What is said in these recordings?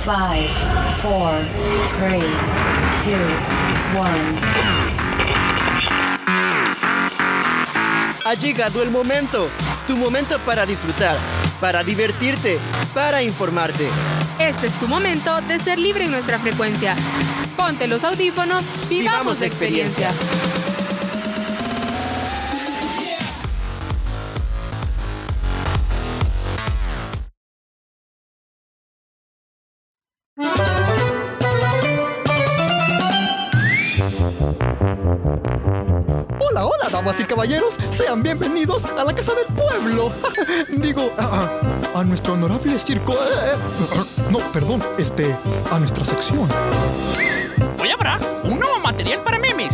4, 3, 2, 1. Ha llegado el momento, tu momento para disfrutar, para divertirte, para informarte. Este es tu momento de ser libre en nuestra frecuencia. Ponte los audífonos, vivamos la experiencia. Hola, damas y caballeros, sean bienvenidos a la Casa del Pueblo. Digo, a nuestro honorable circo. A nuestra sección. Hoy habrá un nuevo material para memes.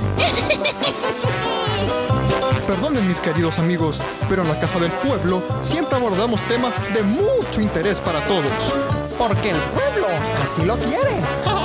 Perdonen, mis queridos amigos, pero en la Casa del Pueblo siempre abordamos temas de mucho interés para todos. Porque el pueblo así lo quiere.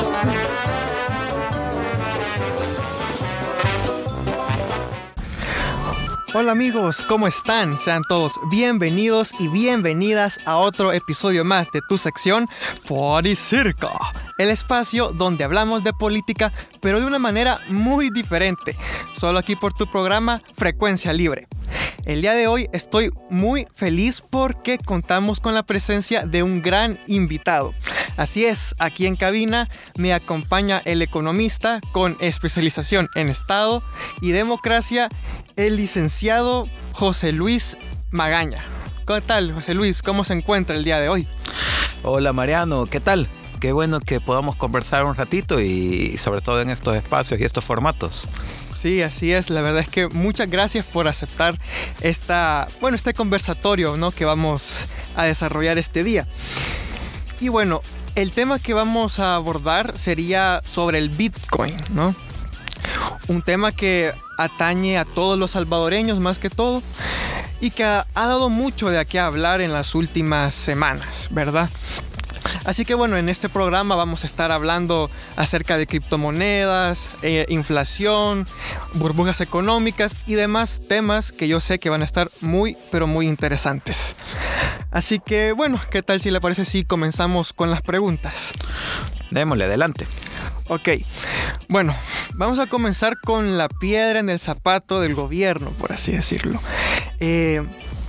Hola amigos, ¿cómo están? Sean todos bienvenidos y bienvenidas a otro episodio más de tu sección Policirco, el espacio donde hablamos de política, pero de una manera muy diferente, solo aquí por tu programa Frecuencia Libre. El día de hoy estoy muy feliz porque contamos con la presencia de un gran invitado. Así es, aquí en cabina me acompaña el economista con especialización en Estado y Democracia, el licenciado José Luis Magaña. ¿Qué tal, José Luis? ¿Cómo se encuentra el día de hoy? Hola Mariano, ¿qué tal? Qué bueno que podamos conversar un ratito y sobre todo en estos espacios y estos formatos. Sí, así es. La verdad es que muchas gracias por aceptar este conversatorio, ¿no?, que vamos a desarrollar este día. Y bueno, el tema que vamos a abordar sería sobre el Bitcoin, ¿no? Un tema que atañe a todos los salvadoreños más que todo y que ha dado mucho de qué hablar en las últimas semanas, ¿verdad? Así que bueno, en este programa vamos a estar hablando acerca de criptomonedas, inflación, burbujas económicas y demás temas que yo sé que van a estar muy, pero muy interesantes. Así que bueno, ¿qué tal si le parece si comenzamos con las preguntas? Démosle, adelante. Ok, bueno, vamos a comenzar con la piedra en el zapato del gobierno, por así decirlo. En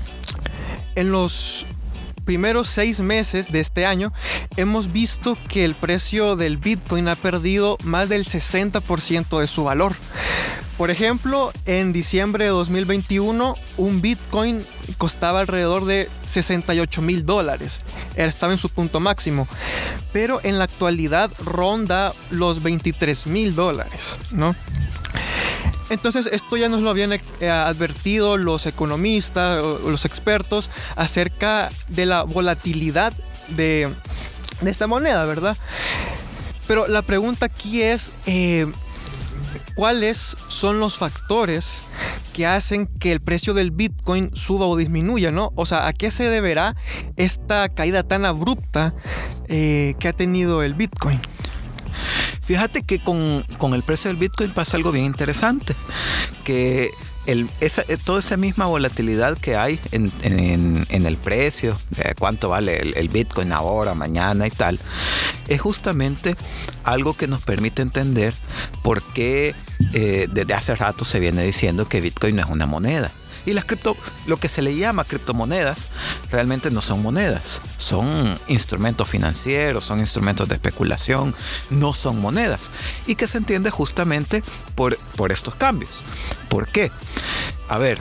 los primeros 6 meses de este año hemos visto que el precio del Bitcoin ha perdido más del 60% de su valor. Por ejemplo, en diciembre de 2021 un Bitcoin costaba alrededor de $68,000. Estaba en su punto máximo. Pero en la actualidad ronda los $23,000, ¿no? Entonces esto ya nos lo habían advertido los economistas o los expertos acerca de la volatilidad de esta moneda, ¿verdad? Pero la pregunta aquí es, ¿cuáles son los factores que hacen que el precio del Bitcoin suba o disminuya, ¿no? O sea, ¿a qué se deberá esta caída tan abrupta que ha tenido el Bitcoin? Fíjate que con el precio del Bitcoin pasa algo bien interesante, que toda esa misma volatilidad que hay en el precio, cuánto vale el Bitcoin ahora, mañana y tal, es justamente algo que nos permite entender por qué desde hace rato se viene diciendo que Bitcoin no es una moneda. Y lo que se le llama criptomonedas realmente no son monedas, son instrumentos financieros, son instrumentos de especulación, no son monedas. Y que se entiende justamente por estos cambios. ¿Por qué? A ver,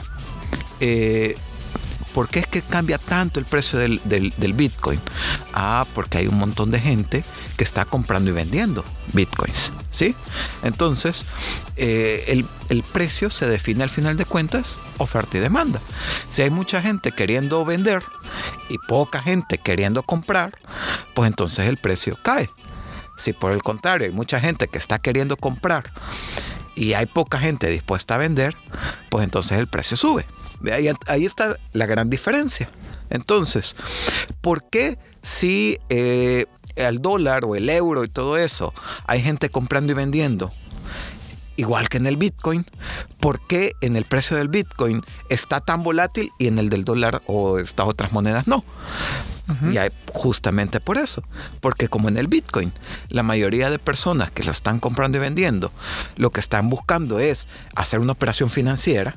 ¿por qué es que cambia tanto el precio del Bitcoin? Porque hay un montón de gente que está comprando y vendiendo Bitcoins, ¿sí? Entonces, el precio se define al final de cuentas, oferta y demanda. Si hay mucha gente queriendo vender y poca gente queriendo comprar, pues entonces el precio cae. Si por el contrario hay mucha gente que está queriendo comprar y hay poca gente dispuesta a vender, pues entonces el precio sube. Ahí está la gran diferencia. Entonces, ¿por qué si el dólar o el euro y todo eso hay gente comprando y vendiendo, igual que en el Bitcoin, por qué en el precio del Bitcoin está tan volátil y en el del dólar o estas otras monedas no? Y hay, justamente por eso, porque como en el Bitcoin, la mayoría de personas que lo están comprando y vendiendo, lo que están buscando es hacer una operación financiera,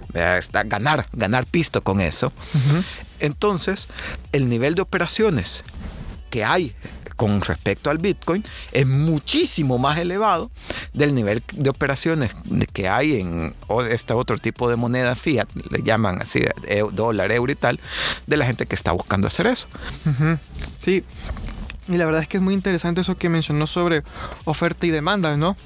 ganar pisto con eso. Entonces, el nivel de operaciones que hay con respecto al Bitcoin es muchísimo más elevado del nivel de operaciones que hay en este otro tipo de moneda fiat, le llaman así, dólar, euro y tal, de la gente que está buscando hacer eso. Sí, y la verdad es que es muy interesante eso que mencionó sobre oferta y demanda, ¿no?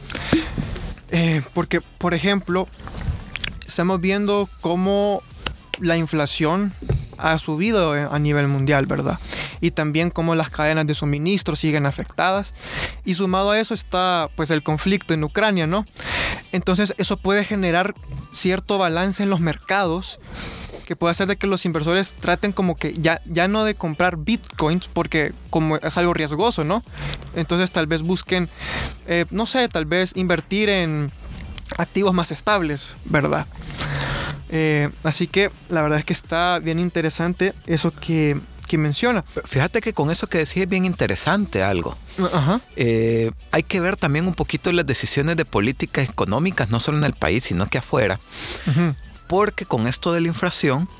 Porque, por ejemplo, estamos viendo cómo la inflación ha subido a nivel mundial, ¿verdad? Y también cómo las cadenas de suministro siguen afectadas. Y sumado a eso está pues el conflicto en Ucrania, ¿no? Entonces eso puede generar cierto balance en los mercados que puede hacer de que los inversores traten como que ya no de comprar bitcoins porque como es algo riesgoso, ¿no? Entonces tal vez busquen, no sé, tal vez invertir en activos más estables, ¿verdad? Así que la verdad es que está bien interesante eso que menciona. Fíjate que con eso que decís es bien interesante algo. Ajá. Hay que ver también un poquito las decisiones de políticas económicas, no solo en el país, sino que afuera. Uh-huh. Porque con esto de la inflación,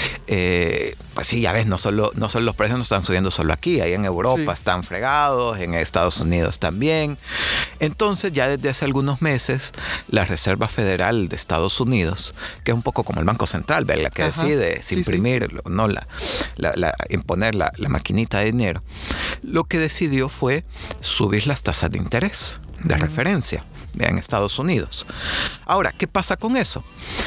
pues sí, ya ves, no solo los precios no están subiendo solo aquí, ahí en Europa están fregados, en Estados Unidos también. Entonces ya desde hace algunos meses la Reserva Federal de Estados Unidos, que es un poco como el Banco Central, ¿verdad? La que decide si imprimir o no imponer la maquinita de dinero, lo que decidió fue subir las tasas de interés de referencia en Estados Unidos. Ahora, ¿qué pasa con eso?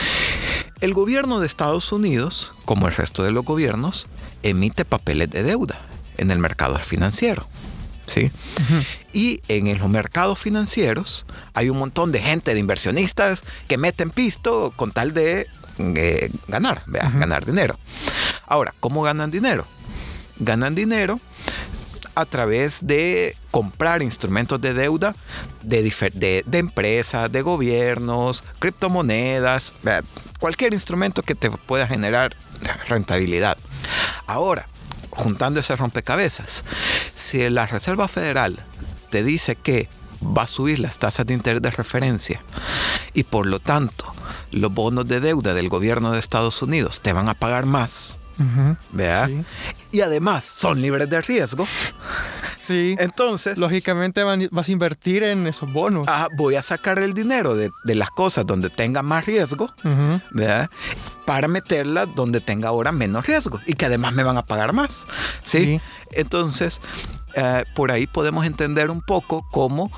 El gobierno de Estados Unidos, como el resto de los gobiernos, emite papeles de deuda en el mercado financiero, ¿sí? Uh-huh. Y en los mercados financieros hay un montón de gente, de inversionistas que meten pisto con tal de ganar dinero. Ahora, ¿cómo ganan dinero? Ganan dinero a través de comprar instrumentos de deuda de empresas, de gobiernos, criptomonedas, cualquier instrumento que te pueda generar rentabilidad. Ahora, juntando ese rompecabezas, si la Reserva Federal te dice que va a subir las tasas de interés de referencia y por lo tanto los bonos de deuda del gobierno de Estados Unidos te van a pagar más, ¿verdad? Sí. Y además son libres de riesgo. Sí. Entonces, lógicamente vas a invertir en esos bonos. Voy a sacar el dinero de las cosas donde tenga más riesgo, ¿verdad? Para meterla donde tenga ahora menos riesgo y que además me van a pagar más. ¿Sí? Entonces, por ahí podemos entender un poco cómo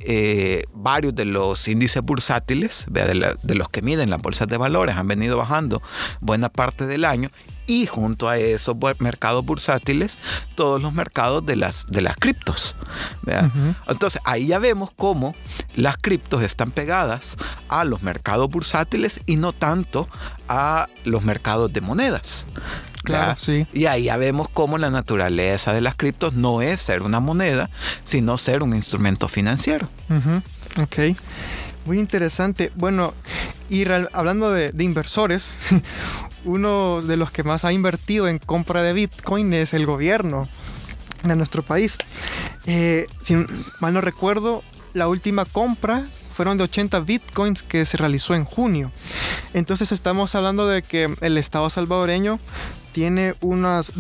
varios de los índices bursátiles, de los que miden las bolsas de valores, han venido bajando buena parte del año. Y junto a esos mercados bursátiles, todos los mercados de las criptos. Uh-huh. Entonces, ahí ya vemos cómo las criptos están pegadas a los mercados bursátiles y no tanto a los mercados de monedas. Claro, sí. Y ahí ya vemos cómo la naturaleza de las criptos no es ser una moneda, sino ser un instrumento financiero. Uh-huh. Ok. Muy interesante. Bueno, y hablando de inversores, uno de los que más ha invertido en compra de Bitcoin es el gobierno de nuestro país. Si mal no recuerdo, la última compra fueron de 80 Bitcoins que se realizó en junio. Entonces estamos hablando de que el Estado salvadoreño tiene unas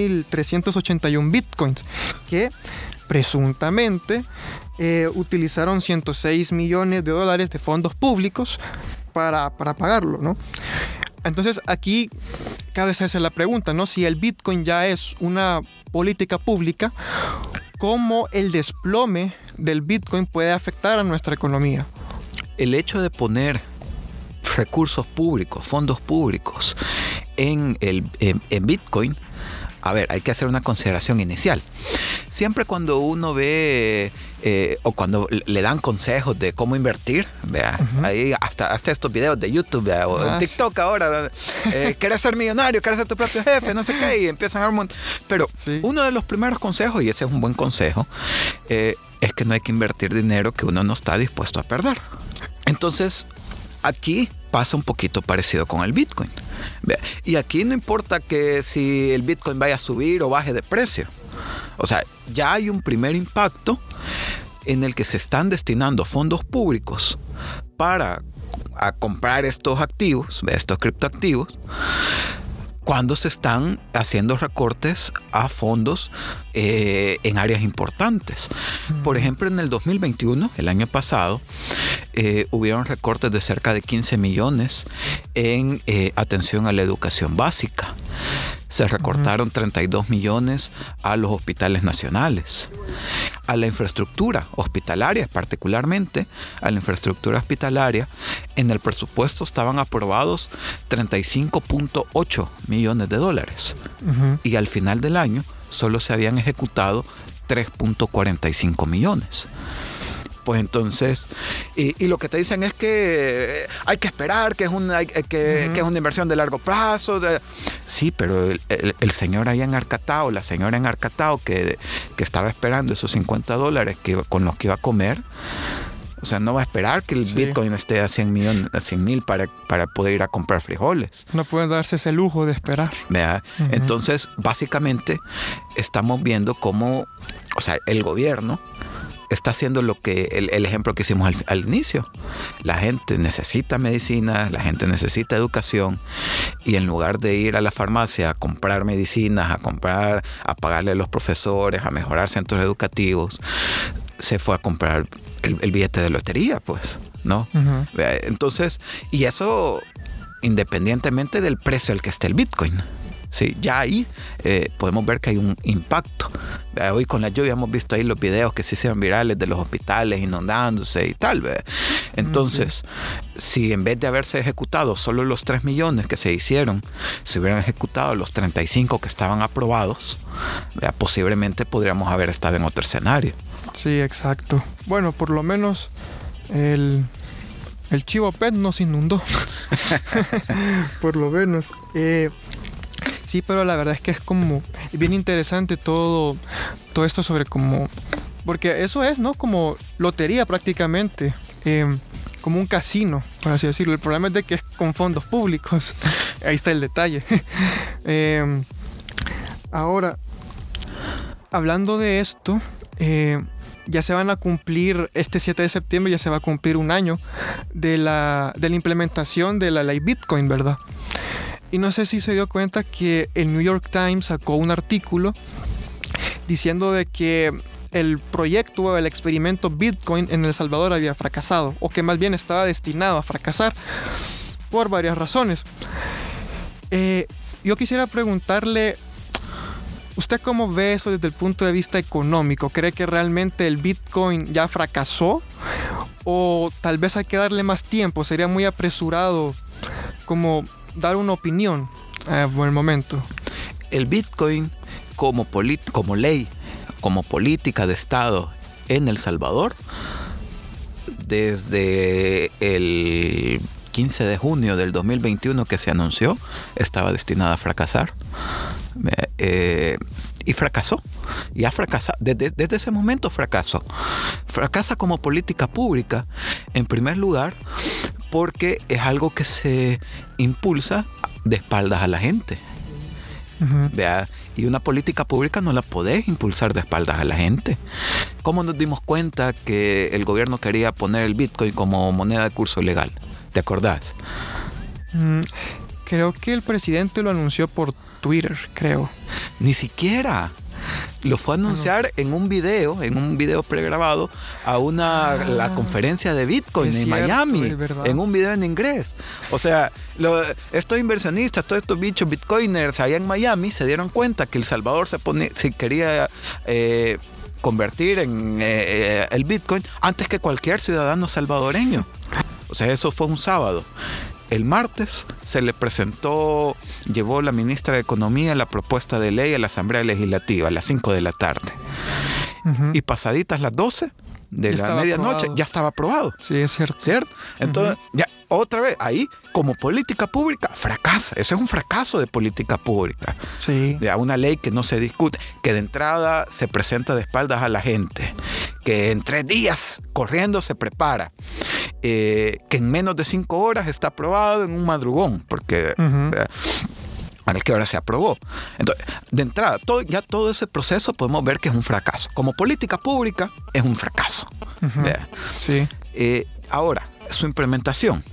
2.381 Bitcoins que presuntamente utilizaron $106 millones de fondos públicos para pagarlo, ¿no? Entonces aquí cabe hacerse la pregunta, ¿no? Si el Bitcoin ya es una política pública, ¿cómo el desplome del Bitcoin puede afectar a nuestra economía? El hecho de poner recursos públicos, fondos públicos en Bitcoin, a ver, hay que hacer una consideración inicial. Siempre cuando uno ve o cuando le dan consejos de cómo invertir, ¿vea? Uh-huh. Ahí hasta estos videos de YouTube, ¿vea? O en TikTok ahora, quieres ser millonario, quieres ser tu propio jefe, no sé qué, y empiezan a dar un montón. Pero uno de los primeros consejos, y ese es un buen consejo, es que no hay que invertir dinero que uno no está dispuesto a perder. Entonces, aquí pasa un poquito parecido con el Bitcoin. Y aquí no importa que si el Bitcoin vaya a subir o baje de precio. O sea, ya hay un primer impacto en el que se están destinando fondos públicos para comprar estos activos, estos criptoactivos, cuando se están haciendo recortes a fondos en áreas importantes. Por ejemplo, en el 2021, el año pasado, hubieron recortes de cerca de 15 millones en atención a la educación básica. Se recortaron 32 millones a los hospitales nacionales. A la infraestructura hospitalaria, particularmente a la infraestructura hospitalaria, en el presupuesto estaban aprobados 35.8 millones de dólares. Y al final del año solo se habían ejecutado 3.45 millones. Pues entonces, y lo que te dicen es que hay que esperar, que es una inversión de largo plazo. Sí, pero el señor allá en Arcatao, la señora en Arcatao que estaba esperando esos $50 con los que iba a comer, o sea, no va a esperar que el Bitcoin esté a 100,000 para poder ir a comprar frijoles. No pueden darse ese lujo de esperar. ¿Verdad? Entonces, básicamente, estamos viendo cómo, o sea, el gobierno está haciendo lo que el ejemplo que hicimos al inicio. La gente necesita medicinas, la gente necesita educación, y en lugar de ir a la farmacia a comprar medicinas, a pagarle a los profesores, a mejorar centros educativos, se fue a comprar el billete de lotería, pues, ¿no? Entonces, y eso independientemente del precio al que esté el Bitcoin. Sí, ya ahí podemos ver que hay un impacto. Hoy con la lluvia hemos visto ahí los videos que se hicieron virales de los hospitales inundándose y tal. Entonces, si en vez de haberse ejecutado solo los 3 millones que se hicieron, se hubieran ejecutado los 35 que estaban aprobados, posiblemente podríamos haber estado en otro escenario. Sí, exacto. Bueno, por lo menos el Chivo Pet no se inundó. Por lo menos. Sí, pero la verdad es que es como bien interesante todo esto sobre cómo... Porque eso es, ¿no? Como lotería prácticamente. Como un casino, por así decirlo. El problema es de que es con fondos públicos. Ahí está el detalle. Ahora, hablando de esto, ya se van a cumplir, este 7 de septiembre ya se va a cumplir un año de la implementación de la ley Bitcoin, ¿verdad? Y no sé si se dio cuenta que el New York Times sacó un artículo diciendo de que el proyecto o el experimento Bitcoin en El Salvador había fracasado, o que más bien estaba destinado a fracasar por varias razones. Yo quisiera preguntarle, ¿usted cómo ve eso desde el punto de vista económico? ¿Cree que realmente el Bitcoin ya fracasó? ¿O tal vez hay que darle más tiempo? ¿Sería muy apresurado como dar una opinión por el momento? El Bitcoin como ley, como política de Estado en El Salvador, desde el 15 de junio del 2021 que se anunció, estaba destinada a fracasar. Y fracasó. Y ha fracasado. Desde ese momento fracasó. Fracasa como política pública, en primer lugar, porque es algo que se impulsa de espaldas a la gente. ¿Vea? Y una política pública no la podés impulsar de espaldas a la gente. ¿Cómo nos dimos cuenta que el gobierno quería poner el Bitcoin como moneda de curso legal? ¿Te acordás? Creo que el presidente lo anunció por Twitter, creo. Ni siquiera. Lo fue a anunciar en un video pregrabado a la conferencia de Bitcoin en Miami, en un video en inglés. O sea, estos inversionistas, todos estos bichos bitcoiners allá en Miami se dieron cuenta que El Salvador se quería convertir en el Bitcoin antes que cualquier ciudadano salvadoreño. O sea, eso fue un sábado. El martes se le llevó la ministra de Economía la propuesta de ley a la Asamblea Legislativa a las 5 de la tarde. Y pasaditas las 12 de la medianoche ya estaba aprobado. Sí, es cierto. ¿Cierto? Entonces, ya otra vez, ahí, como política pública, fracasa. Eso es un fracaso de política pública. Sí. Ya, una ley que no se discute, que de entrada se presenta de espaldas a la gente, que en 3 días corriendo se prepara, que en menos de 5 horas está aprobado en un madrugón, porque a qué hora se aprobó. Entonces, de entrada, todo ese proceso podemos ver que es un fracaso. Como política pública, es un fracaso. Sí. Ahora, su implementación.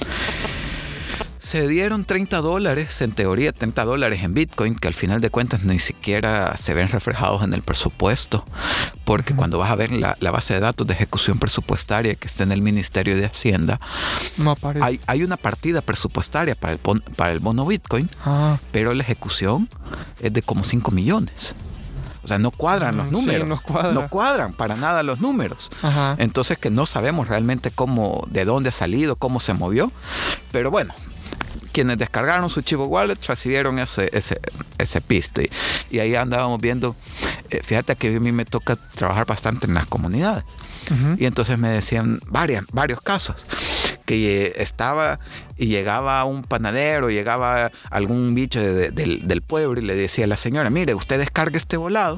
Se dieron $30, en teoría $30 en Bitcoin, que al final de cuentas ni siquiera se ven reflejados en el presupuesto, porque cuando vas a ver la base de datos de ejecución presupuestaria que está en el Ministerio de Hacienda, no aparece. Hay una partida presupuestaria para el bono Bitcoin, pero la ejecución es de como 5 millones. O sea, no cuadran los números. Sí, no cuadran para nada los números. Ajá. Entonces, que no sabemos realmente de dónde ha salido, cómo se movió. Pero bueno, quienes descargaron su Chivo Wallet recibieron ese pisto. Y ahí andábamos viendo. Fíjate que a mí me toca trabajar bastante en las comunidades. Y entonces me decían varios casos. Que estaba y llegaba un panadero, llegaba algún bicho del pueblo y le decía a la señora: mire, usted descargue este volado,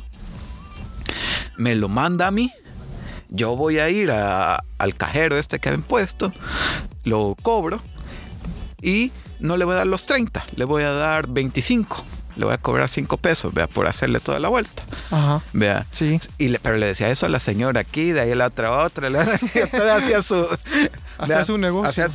me lo manda a mí, yo voy a ir al cajero que habían puesto, lo cobro y no le voy a dar los 30, le voy a dar 25. Le voy a cobrar 5 pesos, vea, por hacerle toda la vuelta. Ajá. Vea. Sí. Pero le decía eso a la señora aquí, de ahí a la otra. Hacía su negocio.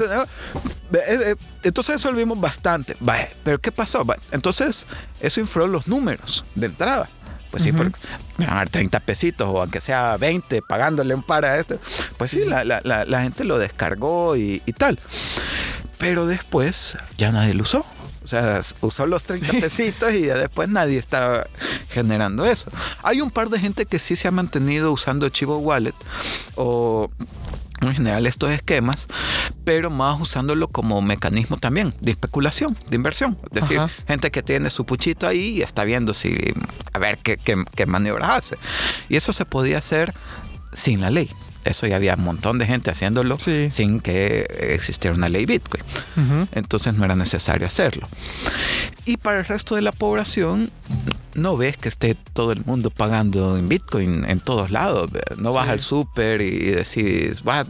Entonces eso lo vimos bastante. Vaya, pero ¿qué pasó? Vaya, entonces eso infló los números de entrada. Pues sí, porque me van a dar 30 pesitos o aunque sea 20 pagándole un par a esto. Pues sí, la gente lo descargó y tal. Pero después ya nadie lo usó. O sea, usó los 30 pesitos y ya después nadie estaba generando eso. Hay un par de gente que sí se ha mantenido usando Chivo Wallet o en general estos esquemas, pero más usándolo como mecanismo también de especulación, de inversión. Es decir, gente que tiene su puchito ahí y está viendo a ver qué maniobras hace. Y eso se podía hacer sin la ley. Eso ya había un montón de gente haciéndolo sin que existiera una ley Bitcoin. Entonces no era necesario hacerlo. Y para el resto de la población, no ves que esté todo el mundo pagando en Bitcoin en todos lados. No vas al súper y decís, le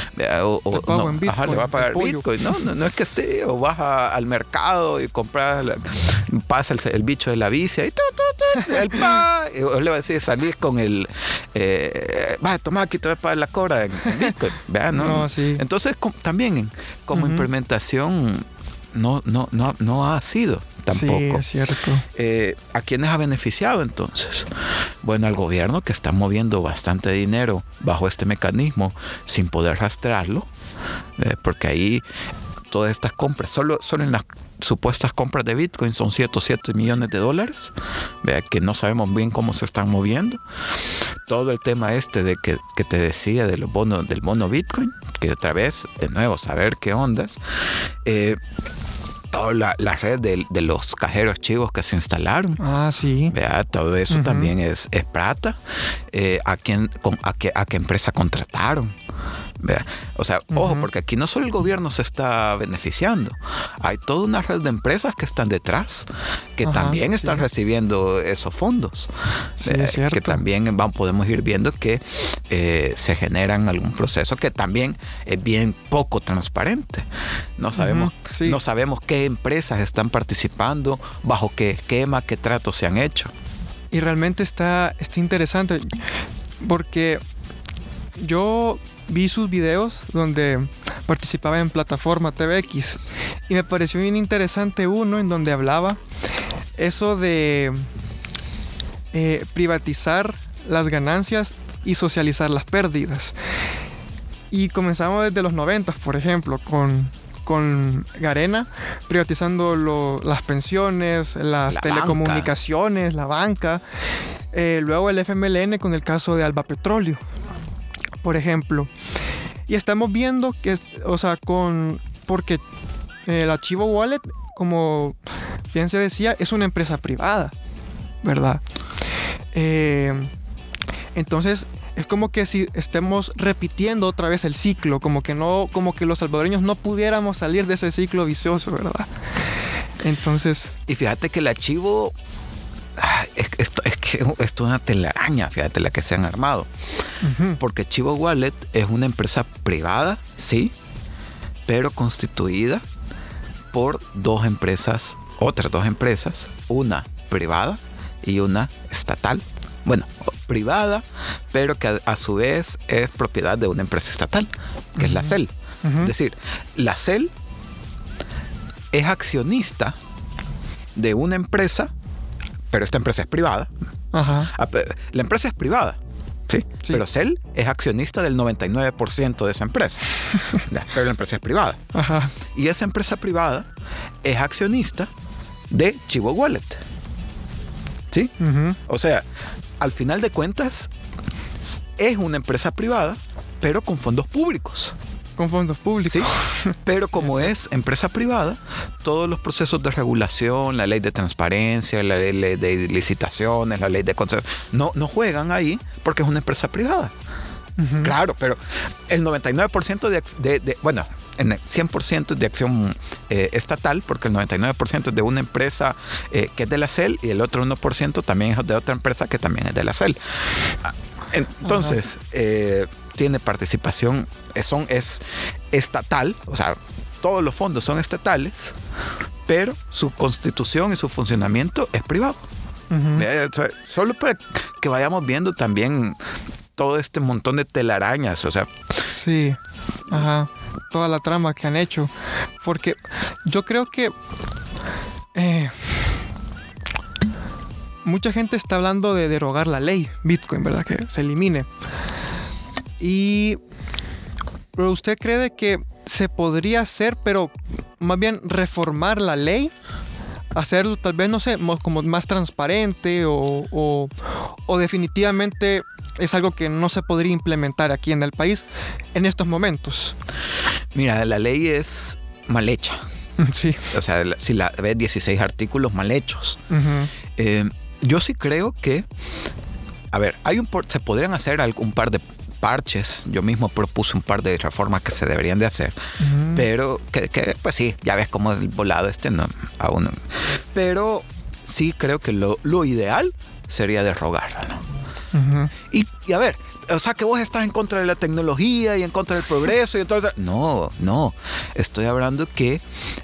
va a pagar Bitcoin. No es que esté. O vas al mercado y compras, pasa el bicho de la bici y o le va a decir, salís con el toma aquí, te voy a pagar la cobra en Bitcoin. Entonces también como implementación no ha sido tampoco. Sí, es cierto. ¿A quiénes ha beneficiado entonces? Bueno, al gobierno, que está moviendo bastante dinero bajo este mecanismo sin poder rastrearlo, porque ahí todas estas compras, solo en las supuestas compras de Bitcoin son $107 millones, vea, que no sabemos bien cómo se están moviendo. Todo el tema de que te decía del bono Bitcoin, que otra vez, de nuevo, saber qué ondas. Toda la red de los cajeros chivos que se instalaron. Sí. Vea, todo eso también es plata. ¿A qué empresa contrataron? Vea. O sea, ojo, porque aquí no solo el gobierno se está beneficiando, hay toda una red de empresas que están detrás, que también están recibiendo esos fondos. Sí, es cierto. Que también podemos ir viendo que se generan algún proceso que también es bien poco transparente. No sabemos qué empresas están participando, bajo qué esquema, qué tratos se han hecho. Y realmente está interesante, porque yo vi sus videos donde participaba en plataforma TVX y me pareció bien interesante uno en donde hablaba eso de privatizar las ganancias y socializar las pérdidas. Y comenzamos desde los 90, por ejemplo, con Garena privatizando las pensiones, las telecomunicaciones, la banca. Luego el FMLN con el caso de Alba Petróleo, por ejemplo. Y estamos viendo que, porque el Chivo Wallet, como bien se decía, es una empresa privada, ¿verdad? Entonces es como que si estemos repitiendo otra vez el ciclo, como que los salvadoreños no pudiéramos salir de ese ciclo vicioso, ¿verdad? Entonces, y fíjate que el archivo es que es una telaraña, fíjate, la que se han armado. Porque Chivo Wallet es una empresa privada, sí, pero constituida por otras dos empresas, una privada y una estatal. Bueno, privada, pero que a su vez es propiedad de una empresa estatal, que es la CEL. Es decir, la CEL es accionista de una empresa, pero esta empresa es privada. Ajá. La empresa es privada, ¿sí? Pero CEL es accionista del 99% de esa empresa. Pero la empresa es privada. Ajá. Y esa empresa privada es accionista de Chivo Wallet. ¿Sí? O sea, al final de cuentas, es una empresa privada, pero con fondos públicos. Con fondos públicos. Sí, pero como es empresa privada, todos los procesos de regulación, la ley de transparencia, la ley de licitaciones, la ley de consejo, no juegan ahí porque es una empresa privada. Claro, pero el 99% bueno, en el 100% de acción estatal, porque el 99% es de una empresa que es de la CEL y el otro 1% también es de otra empresa que también es de la CEL. Entonces, tiene participación, es estatal, o sea, todos los fondos son estatales, pero su constitución y su funcionamiento es privado. Solo para que vayamos viendo también todo este montón de telarañas, o sea. Sí, ajá, toda la trama que han hecho, porque yo creo que mucha gente está hablando de derogar la ley Bitcoin, ¿verdad? Que se elimine. Pero ¿usted cree de que se podría hacer, pero más bien reformar la ley? Hacerlo tal vez, no sé, como más transparente o definitivamente es algo que no se podría implementar aquí en el país en estos momentos. Mira, la ley es mal hecha. Sí. O sea, si la ves, 16 artículos mal hechos. Yo sí creo que, a ver, se podrían hacer un par de parches. Yo mismo propuse un par de reformas que se deberían de hacer, pero que pues sí, ya ves cómo el volado no aún. Pero sí creo que lo ideal sería derogarlo, ¿no? Y a ver, o sea, que vos estás en contra de la tecnología y en contra del progreso y entonces no, estoy hablando que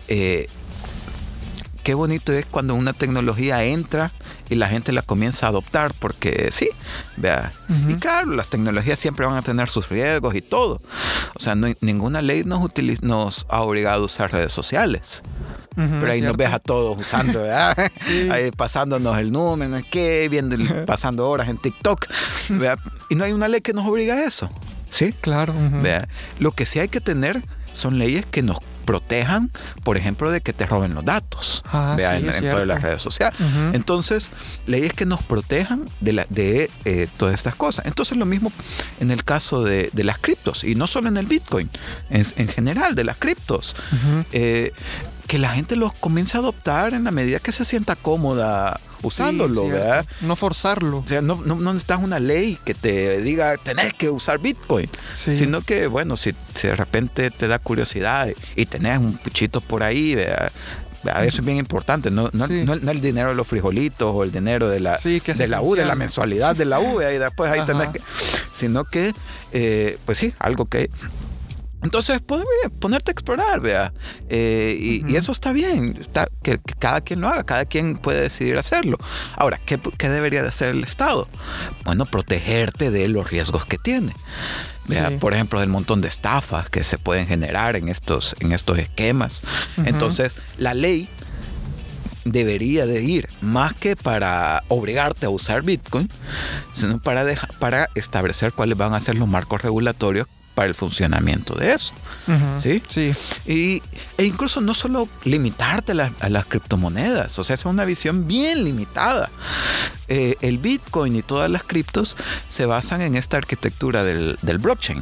qué bonito es cuando una tecnología entra y la gente la comienza a adoptar, porque sí, vea. Y claro, las tecnologías siempre van a tener sus riesgos y todo. O sea, ninguna ley nos ha obligado a usar redes sociales. Pero ahí nos ves a todos usando, ¿verdad? Sí. Ahí pasándonos el número, pasando horas en TikTok, ¿verdad? Y no hay una ley que nos obliga a eso, ¿sí? Claro. ¿Verdad? Lo que sí hay que tener son leyes que nos protejan, por ejemplo, de que te roben los datos, ¿verdad? Sí, en todas las redes sociales. Entonces, leyes que nos protejan de todas estas cosas. Entonces, lo mismo en el caso de las criptos, y no solo en el Bitcoin, en general, de las criptos. Que la gente los comience a adoptar en la medida que se sienta cómoda usándolo, sí, ¿verdad? No forzarlo. O sea, no necesitas una ley que te diga tenés que usar Bitcoin, sino que, bueno, si de repente te da curiosidad y tenés un puchito por ahí, ¿verdad? Eso es bien importante, no el dinero de los frijolitos o el dinero de la U, de la mensualidad de la U, y después ahí tenés que, sino que, pues sí, algo que... Entonces, puedes ponerte a explorar, vea. Y eso está bien, que cada quien lo haga, cada quien puede decidir hacerlo. Ahora, ¿qué debería de hacer el Estado? Bueno, protegerte de los riesgos que tiene. Vea, por ejemplo, del montón de estafas que se pueden generar en estos esquemas. Entonces, la ley debería de ir más que para obligarte a usar Bitcoin, sino para establecer cuáles van a ser los marcos regulatorios para el funcionamiento de eso. ¿Sí? Sí. E incluso no solo limitarte a las criptomonedas, o sea, es una visión bien limitada. El Bitcoin y todas las criptos se basan en esta arquitectura del blockchain.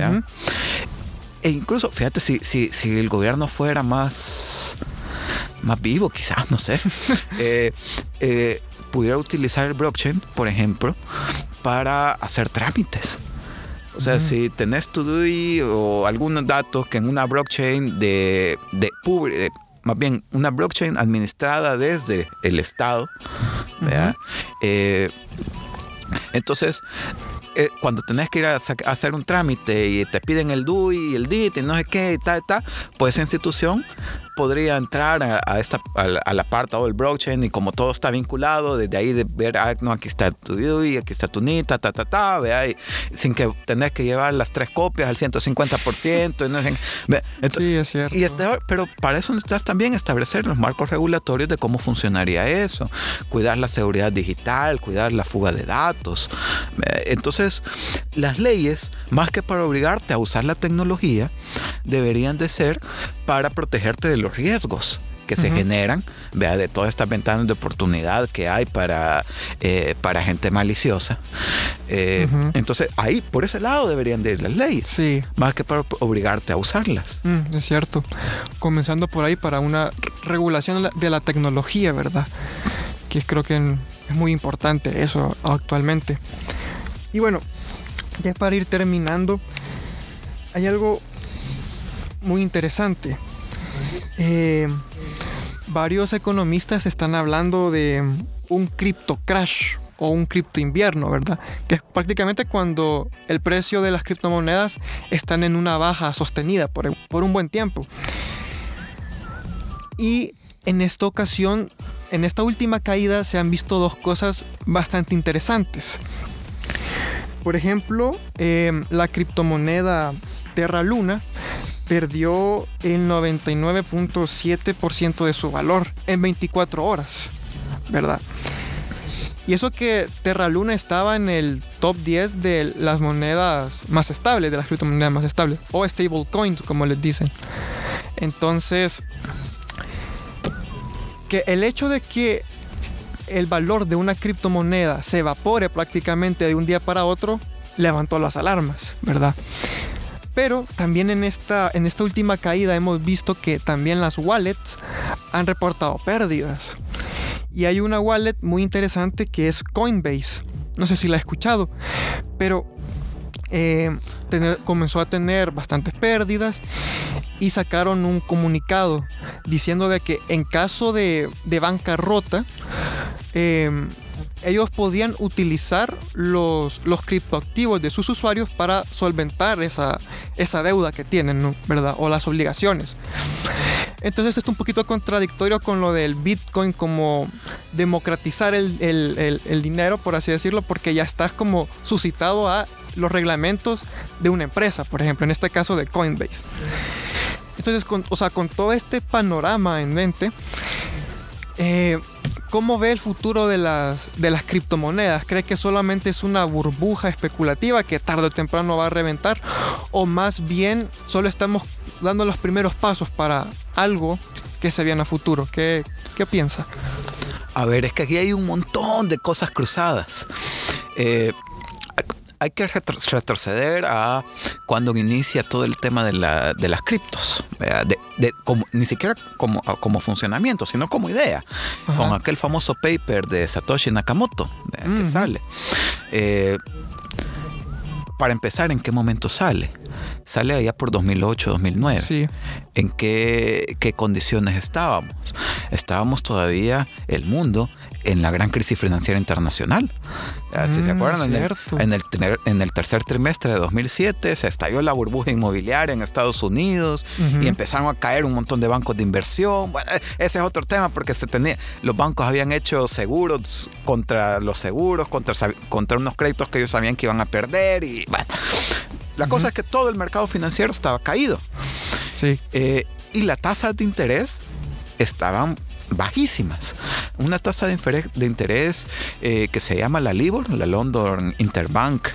E incluso, fíjate, si el gobierno fuera más vivo, quizás, no sé, pudiera utilizar el blockchain, por ejemplo, para hacer trámites. O sea, si tenés tu DUI o algunos datos que en una blockchain más bien una blockchain administrada desde el Estado, ¿verdad? Entonces, cuando tenés que ir a hacer un trámite y te piden el DUI y el DIT y no sé qué y tal, pues esa institución podría entrar a la parte del blockchain y como todo está vinculado, desde ahí de ver, no, aquí está tu DUI, aquí está tu NIT, vea, y sin que tenés que llevar las 3 copias al 150%. Y no sé, entonces, sí, es cierto. Pero para eso necesitas también establecer los marcos regulatorios de cómo funcionaría eso, cuidar la seguridad digital, cuidar la fuga de datos. Entonces, las leyes, más que para obligarte a usar la tecnología, deberían de ser para protegerte de los riesgos que se generan, vea, de todas estas ventanas de oportunidad que hay para gente maliciosa. Entonces, ahí, por ese lado deberían de ir las leyes, sí, más que para obligarte a usarlas. Es cierto. Comenzando por ahí para una regulación de la tecnología, ¿verdad? Que creo que es muy importante eso actualmente. Y bueno, ya para ir terminando, hay algo muy interesante. Varios economistas están hablando de un cripto crash o un cripto invierno, ¿verdad? Que es prácticamente cuando el precio de las criptomonedas están en una baja sostenida por un buen tiempo. Y en esta ocasión, en esta última caída, se han visto 2 cosas bastante interesantes. Por ejemplo, la criptomoneda Terra Luna perdió el 99.7% de su valor en 24 horas, ¿verdad? Y eso que Terra Luna estaba en el top 10 de las monedas más estables, de las criptomonedas más estables, o stablecoins, como les dicen. Entonces, que el hecho de que el valor de una criptomoneda se evapore prácticamente de un día para otro, levantó las alarmas, ¿verdad? Pero también en esta última caída hemos visto que también las wallets han reportado pérdidas. Y hay una wallet muy interesante que es Coinbase. No sé si la he escuchado, pero comenzó a tener bastantes pérdidas y sacaron un comunicado diciendo de que en caso de bancarrota, ellos podían utilizar los criptoactivos de sus usuarios para solventar esa deuda que tienen, ¿no? ¿Verdad? O las obligaciones. Entonces esto es un poquito contradictorio con lo del Bitcoin, como democratizar el dinero, por así decirlo, porque ya estás como suscitado a los reglamentos de una empresa, por ejemplo, en este caso de Coinbase. Entonces, con todo este panorama en mente, ¿cómo ve el futuro de las criptomonedas? ¿Cree que solamente es una burbuja especulativa que tarde o temprano va a reventar? ¿O más bien solo estamos dando los primeros pasos para algo que se viene a futuro? ¿Qué piensa? A ver, es que aquí hay un montón de cosas cruzadas. Hay que retroceder a cuando inicia todo el tema de las criptos, ni siquiera como funcionamiento, sino como idea. Ajá. Con aquel famoso paper de Satoshi Nakamoto que sale. Para empezar, ¿en qué momento sale? Sale allá por 2008, 2009. Sí. ¿En qué condiciones estábamos? Estábamos todavía, el mundo, en la gran crisis financiera internacional. Si se acuerdan, en el tercer trimestre de 2007 se estalló la burbuja inmobiliaria en Estados Unidos y empezaron a caer un montón de bancos de inversión. Bueno, ese es otro tema porque los bancos habían hecho seguros contra los seguros, contra unos créditos que ellos sabían que iban a perder y bueno. La cosa es que todo el mercado financiero estaba caído. Sí. Y las tasas de interés estaban bajísimas. Una tasa de interés que se llama la LIBOR, la London Interbank.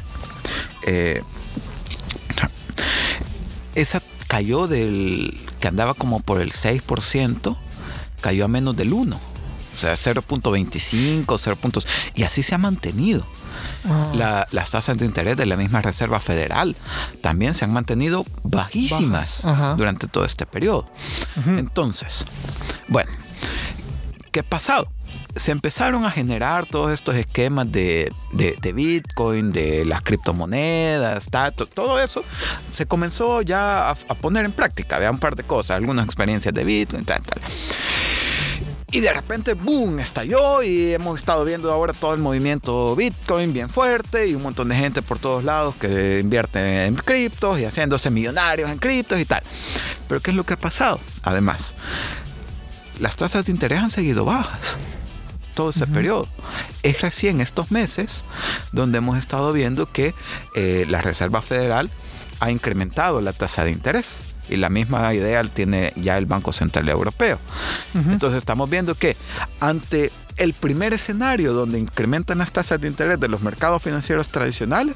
Esa cayó que andaba como por el 6%, cayó a menos del 1%. O sea, 0.25, 0. Y así se ha mantenido. Las tasas de interés de la misma Reserva Federal también se han mantenido bajísimas durante todo este periodo. Entonces, bueno, ¿qué ha pasado? Se empezaron a generar todos estos esquemas de Bitcoin, de las criptomonedas, todo eso se comenzó ya a poner en práctica. Vean un par de cosas, algunas experiencias de Bitcoin, tal. Y de repente, boom, estalló y hemos estado viendo ahora todo el movimiento Bitcoin bien fuerte y un montón de gente por todos lados que invierte en criptos y haciéndose millonarios en criptos y tal. Pero ¿qué es lo que ha pasado? Además, las tasas de interés han seguido bajas todo ese periodo. Es recién estos meses donde hemos estado viendo que la Reserva Federal ha incrementado la tasa de interés. Y la misma idea tiene ya el Banco Central Europeo. Entonces estamos viendo que ante el primer escenario donde incrementan las tasas de interés de los mercados financieros tradicionales,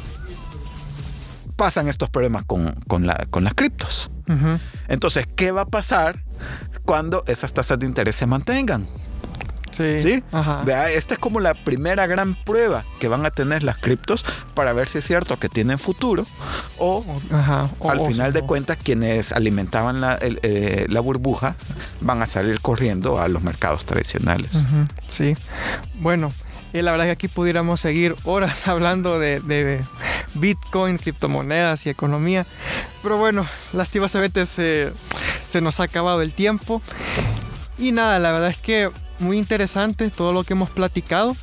pasan estos problemas con las criptos. Entonces, ¿qué va a pasar cuando esas tasas de interés se mantengan? ¿Sí? Vea, esta es como la primera gran prueba que van a tener las criptos para ver si es cierto que tienen futuro o al final de cuentas quienes alimentaban la burbuja van a salir corriendo a los mercados tradicionales. Sí. Bueno, la verdad es que aquí pudiéramos seguir horas hablando de Bitcoin, criptomonedas y economía, pero bueno, lastimosamente se nos ha acabado el tiempo. Y nada, la verdad es que muy interesante todo lo que hemos platicado.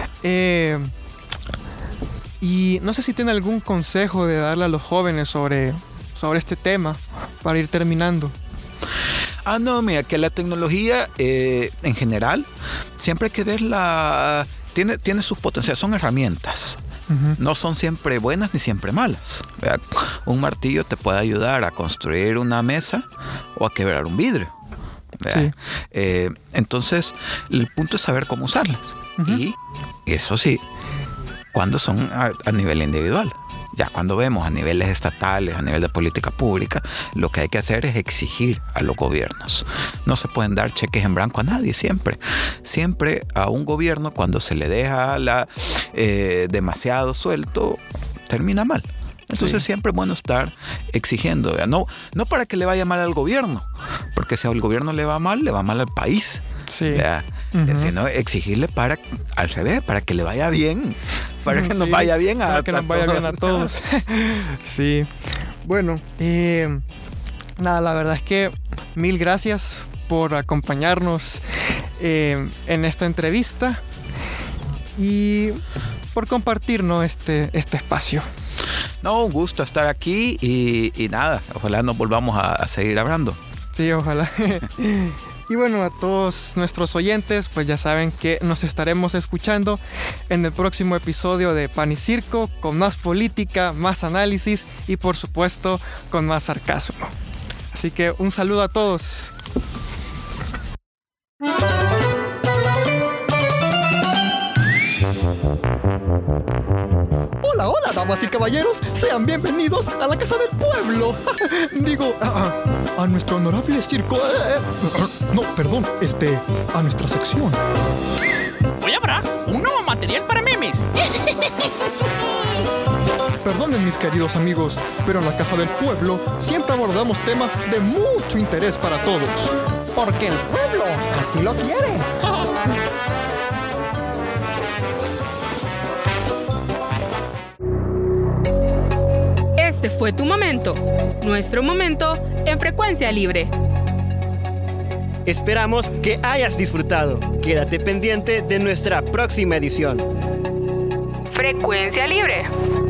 Y no sé si tiene algún consejo de darle a los jóvenes sobre este tema para ir terminando. No, mira, que la tecnología en general siempre hay que verla, tiene sus potenciales, son herramientas. No son siempre buenas ni siempre malas. ¿Verdad? Un martillo te puede ayudar a construir una mesa o a quebrar un vidrio. Sí. Entonces el punto es saber cómo usarlas. Y eso sí, cuando son a nivel individual. Ya cuando vemos a niveles estatales, a nivel de política pública, lo que hay que hacer es exigir a los gobiernos. No se pueden dar cheques en blanco a nadie, siempre. Siempre a un gobierno, cuando se le deja demasiado suelto, termina mal. Entonces siempre es bueno estar exigiendo. No para que le vaya mal al gobierno, porque si al gobierno le va mal al país. Sino exigirle al revés, para que le vaya bien, para que nos vaya bien a todos. Sí. Bueno, nada, la verdad es que mil gracias por acompañarnos en esta entrevista y por compartirnos este espacio. No, un gusto estar aquí y nada, ojalá nos volvamos a seguir hablando. Sí, ojalá. Y bueno, a todos nuestros oyentes, pues ya saben que nos estaremos escuchando en el próximo episodio de Pan y Circo, con más política, más análisis y por supuesto con más sarcasmo. Así que un saludo a todos. Hola, damas y caballeros, sean bienvenidos a la Casa del Pueblo. Digo, a nuestro honorable circo. No, perdón, a nuestra sección. Hoy habrá un nuevo material para memes. Perdonen, mis queridos amigos, pero en la Casa del Pueblo siempre abordamos temas de mucho interés para todos. Porque el pueblo así lo quiere. Este fue tu momento, nuestro momento en Frecuencia Libre. Esperamos que hayas disfrutado. Quédate pendiente de nuestra próxima edición. Frecuencia Libre.